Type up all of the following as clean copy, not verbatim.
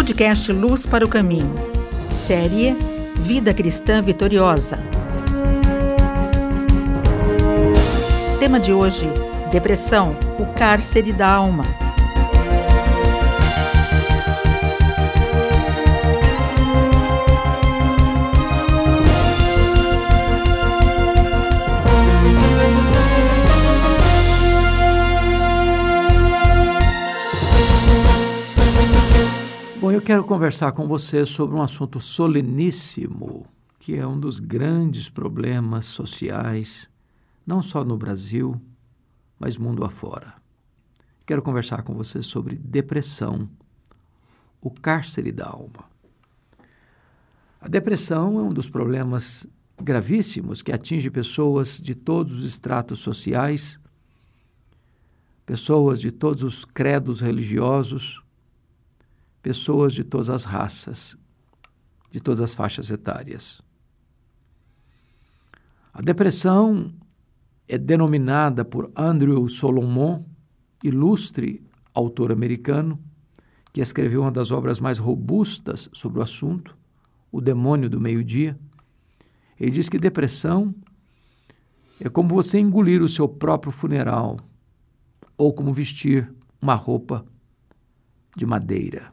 Podcast Luz para o Caminho. Série Vida Cristã Vitoriosa. Tema de hoje: depressão, o cárcere da alma. Bom, eu quero conversar com você sobre um assunto soleníssimo, que é um dos grandes problemas sociais, não só no Brasil, mas mundo afora. Quero conversar com você sobre depressão, o cárcere da alma. A depressão é um dos problemas gravíssimos que atinge pessoas de todos os estratos sociais, pessoas de todos os credos religiosos, pessoas de todas as raças, de todas as faixas etárias. A depressão é denominada por Andrew Solomon, ilustre autor americano, que escreveu uma das obras mais robustas sobre o assunto, O Demônio do Meio-Dia. Ele diz que depressão é como você engolir o seu próprio funeral, ou como vestir uma roupa de madeira.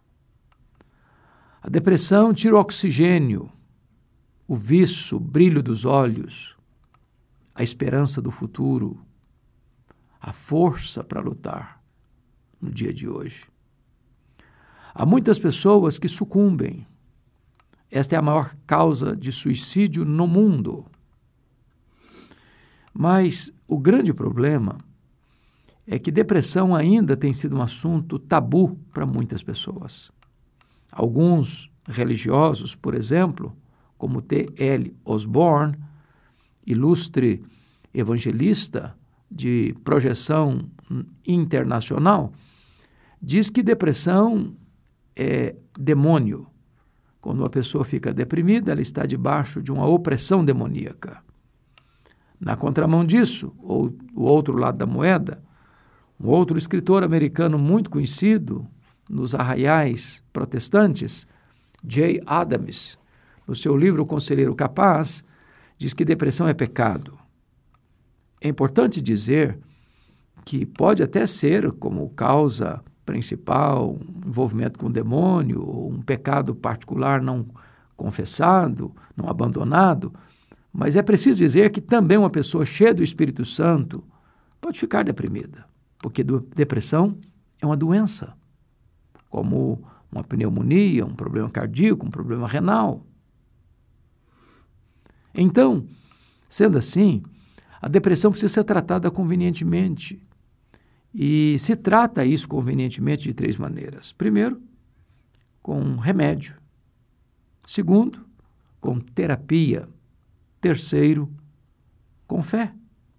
A depressão tira o oxigênio, o viço, o brilho dos olhos, a esperança do futuro, a força para lutar no dia de hoje. Há muitas pessoas que sucumbem. Esta é a maior causa de suicídio no mundo. Mas o grande problema é que depressão ainda tem sido um assunto tabu para muitas pessoas. Alguns religiosos, por exemplo, como T.L. Osborne, ilustre evangelista de projeção internacional, diz que depressão é demônio. Quando uma pessoa fica deprimida, ela está debaixo de uma opressão demoníaca. Na contramão disso, ou o outro lado da moeda, um outro escritor americano muito conhecido nos arraiais protestantes, Jay Adams, no seu livro O Conselheiro Capaz, diz que depressão é pecado. É importante dizer que pode até ser como causa principal um envolvimento com o demônio ou um pecado particular não confessado, não abandonado, mas é preciso dizer que também uma pessoa cheia do Espírito Santo pode ficar deprimida, porque depressão é uma doença, como uma pneumonia, um problema cardíaco, um problema renal. Então, sendo assim, a depressão precisa ser tratada convenientemente. E se trata isso convenientemente de 3 maneiras. Primeiro, com remédio. Segundo, com terapia. Terceiro, com fé.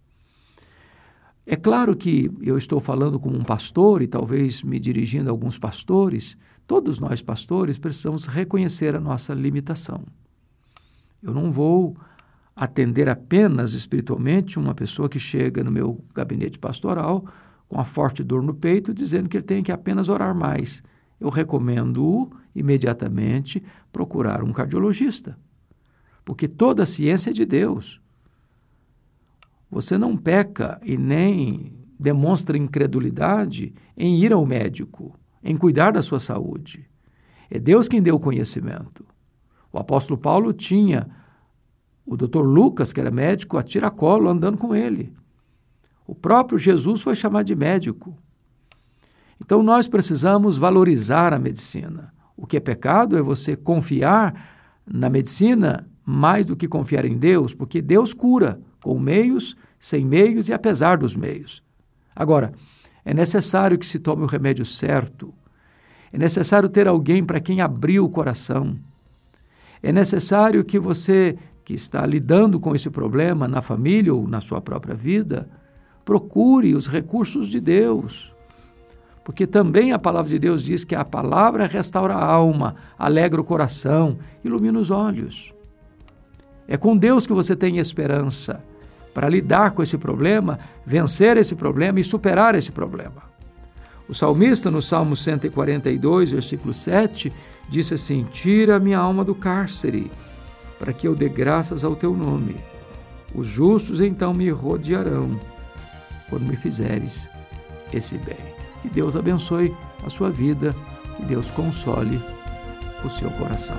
É claro que eu estou falando como um pastor e talvez me dirigindo a alguns pastores. Todos nós pastores precisamos reconhecer a nossa limitação. Eu não vou atender apenas espiritualmente uma pessoa que chega no meu gabinete pastoral com uma forte dor no peito, dizendo que ele tem que apenas orar mais. Eu recomendo imediatamente procurar um cardiologista, porque toda a ciência é de Deus. Você não peca e nem demonstra incredulidade em ir ao médico, em cuidar da sua saúde. É Deus quem deu o conhecimento. O apóstolo Paulo tinha o Dr. Lucas, que era médico, a tiracolo, andando com ele. O próprio Jesus foi chamado de médico. Então nós precisamos valorizar a medicina. O que é pecado é você confiar na medicina mais do que confiar em Deus, porque Deus cura com meios, sem meios e apesar dos meios. Agora, é necessário que se tome o remédio certo. É necessário ter alguém para quem abrir o coração. É necessário que você, que está lidando com esse problema na família ou na sua própria vida, procure os recursos de Deus. Porque também a palavra de Deus diz que a palavra restaura a alma, alegra o coração, ilumina os olhos. É com Deus que você tem esperança para lidar com esse problema, vencer esse problema e superar esse problema. O salmista, no Salmo 142, versículo 7, disse assim: tira minha alma do cárcere, para que eu dê graças ao teu nome. Os justos então me rodearão, quando me fizeres esse bem. Que Deus abençoe a sua vida, que Deus console o seu coração.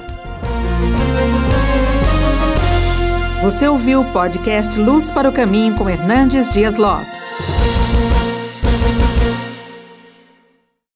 Você ouviu o podcast Luz para o Caminho com Hernandes Dias Lopes.